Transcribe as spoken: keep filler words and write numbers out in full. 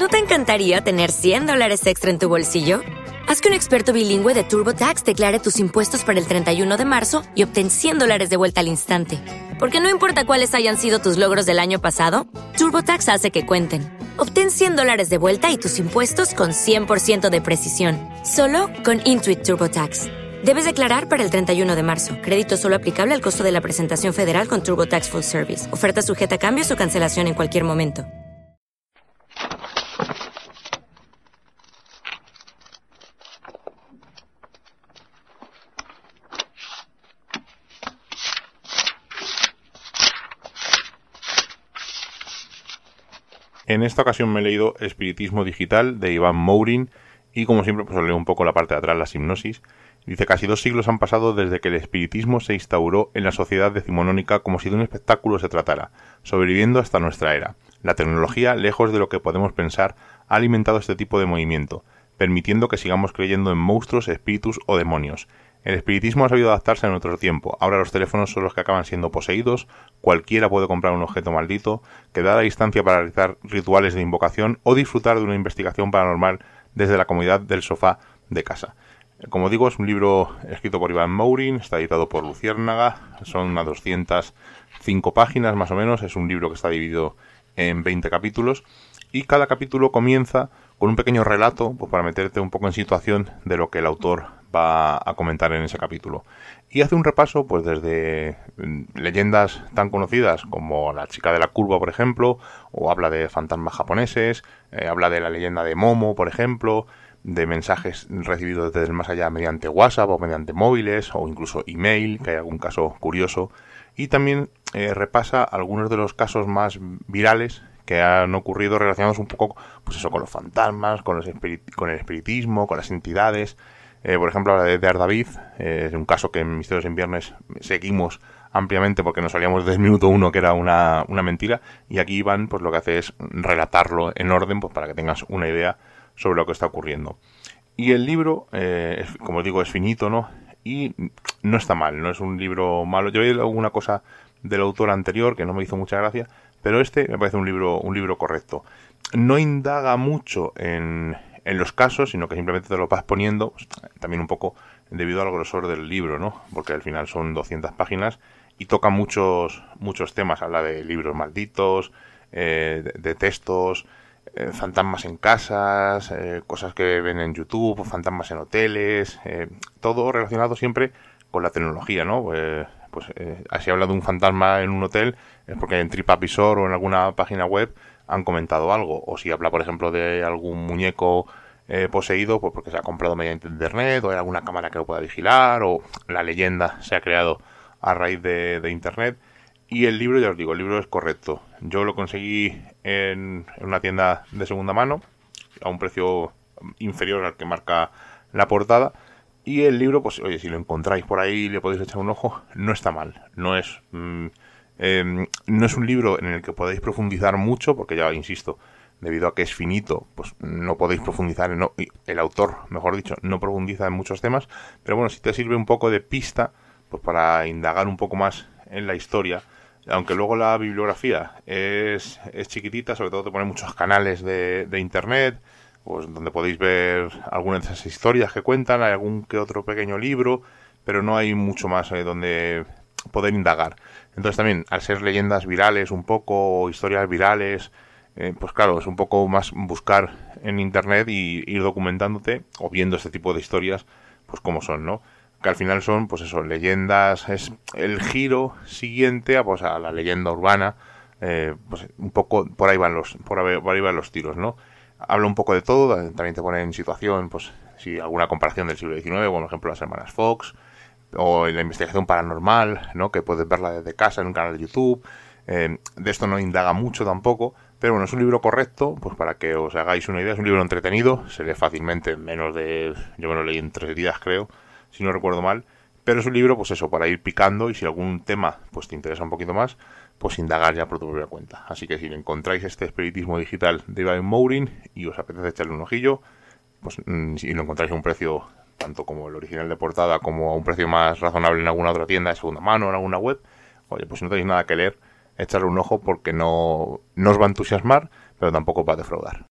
¿No te encantaría tener cien dólares extra en tu bolsillo? Haz que un experto bilingüe de TurboTax declare tus impuestos para el treinta y uno de marzo y obtén cien dólares de vuelta al instante. Porque no importa cuáles hayan sido tus logros del año pasado, TurboTax hace que cuenten. Obtén cien dólares de vuelta y tus impuestos con cien por ciento de precisión. Solo con Intuit TurboTax. Debes declarar para el treinta y uno de marzo. Crédito solo aplicable al costo de la presentación federal con TurboTax Full Service. Oferta sujeta a cambios o cancelación en cualquier momento. En esta ocasión me he leído Espiritismo Digital de Ivan Mourin y como siempre pues os leo un poco la parte de atrás, la hipnosis. Dice: casi dos siglos han pasado desde que el espiritismo se instauró en la sociedad decimonónica como si de un espectáculo se tratara, sobreviviendo hasta nuestra era. La tecnología, lejos de lo que podemos pensar, ha alimentado este tipo de movimiento, permitiendo que sigamos creyendo en monstruos, espíritus o demonios. El espiritismo ha sabido adaptarse a nuestro tiempo. Ahora los teléfonos son los que acaban siendo poseídos, cualquiera puede comprar un objeto maldito, quedar a distancia para realizar rituales de invocación o disfrutar de una investigación paranormal desde la comodidad del sofá de casa. Como digo, es un libro escrito por Ivan Mourin, está editado por Luciérnaga, son unas doscientas cinco páginas más o menos, es un libro que está dividido en veinte capítulos y cada capítulo comienza con un pequeño relato pues para meterte un poco en situación de lo que el autor va a comentar en ese capítulo. Y hace un repaso pues desde leyendas tan conocidas como la chica de la curva, por ejemplo, o habla de fantasmas japoneses, eh, habla de la leyenda de Momo, por ejemplo, de mensajes recibidos desde el más allá mediante WhatsApp o mediante móviles o incluso email, que hay algún caso curioso, y también eh, repasa algunos de los casos más virales que han ocurrido relacionados un poco pues eso, con los fantasmas, con, los espirit- con el espiritismo, con las entidades. Eh, por ejemplo, habla de Daredevil, eh, es un caso que en Misterios en Viernes seguimos ampliamente porque nos salíamos desde el minuto uno que era una, una mentira, y aquí Iván pues lo que hace es relatarlo en orden pues para que tengas una idea sobre lo que está ocurriendo. Y el libro, eh, es, como os digo, es finito, ¿no? Y no está mal, no es un libro malo. Yo he leído alguna cosa del autor anterior que no me hizo mucha gracia, pero este me parece un libro, un libro correcto. No indaga mucho en, en los casos, sino que simplemente te lo vas poniendo, pues, también un poco debido al grosor del libro, ¿no? Porque al final son doscientas páginas y toca muchos, muchos temas. Habla de libros malditos, eh, de, de textos, eh, fantasmas en casas, eh, cosas que ven en YouTube, fantasmas en hoteles, eh, todo relacionado siempre con la tecnología, ¿no? Eh, pues eh, así habla de un fantasma en un hotel, es porque en TripAdvisor o en alguna página web han comentado algo. O si habla, por ejemplo, de algún muñeco eh, poseído, pues porque se ha comprado mediante internet, o hay alguna cámara que lo pueda vigilar, o la leyenda se ha creado a raíz de, de internet. Y el libro, ya os digo, el libro es correcto. Yo lo conseguí en, en una tienda de segunda mano, a un precio inferior al que marca la portada. Y el libro, pues oye, si lo encontráis por ahí y le podéis echar un ojo, no está mal. No es mm, eh, no es un libro en el que podéis profundizar mucho, porque ya insisto, debido a que es finito, pues no podéis profundizar en... No, el autor, mejor dicho, no profundiza en muchos temas, pero bueno, si te sirve un poco de pista, pues para indagar un poco más en la historia, aunque luego la bibliografía es, es chiquitita, sobre todo te pone muchos canales de, de internet, pues donde podéis ver algunas de esas historias que cuentan, hay algún que otro pequeño libro, pero no hay mucho más eh, donde poder indagar. Entonces también, al ser leyendas virales un poco, o historias virales, eh, pues claro, es un poco más buscar en internet y ir documentándote, o viendo este tipo de historias, pues como son, ¿no? Que al final son, pues eso, leyendas, es el giro siguiente a, pues, a la leyenda urbana, eh, pues un poco, por ahí van los, por ahí, por ahí van los tiros, ¿no? Habla un poco de todo, también te pone en situación, pues, si alguna comparación del siglo diecinueve, como por ejemplo las hermanas Fox, o la investigación paranormal, ¿no? Que puedes verla desde casa en un canal de YouTube. Eh, de esto no indaga mucho tampoco, pero bueno, es un libro correcto, pues para que os hagáis una idea. Es un libro entretenido, se lee fácilmente en menos de, yo me lo leí en tres días creo, si no recuerdo mal, pero es un libro, pues eso, para ir picando, y si algún tema pues te interesa un poquito más, pues indagar ya por tu propia cuenta. Así que si encontráis este Espiritismo Digital de Ivan Mourin y os apetece echarle un ojillo, pues mmm, si lo encontráis a un precio tanto como el original de portada como a un precio más razonable en alguna otra tienda de segunda mano o en alguna web, oye, pues si no tenéis nada que leer, echarle un ojo porque no, no os va a entusiasmar, pero tampoco os va a defraudar.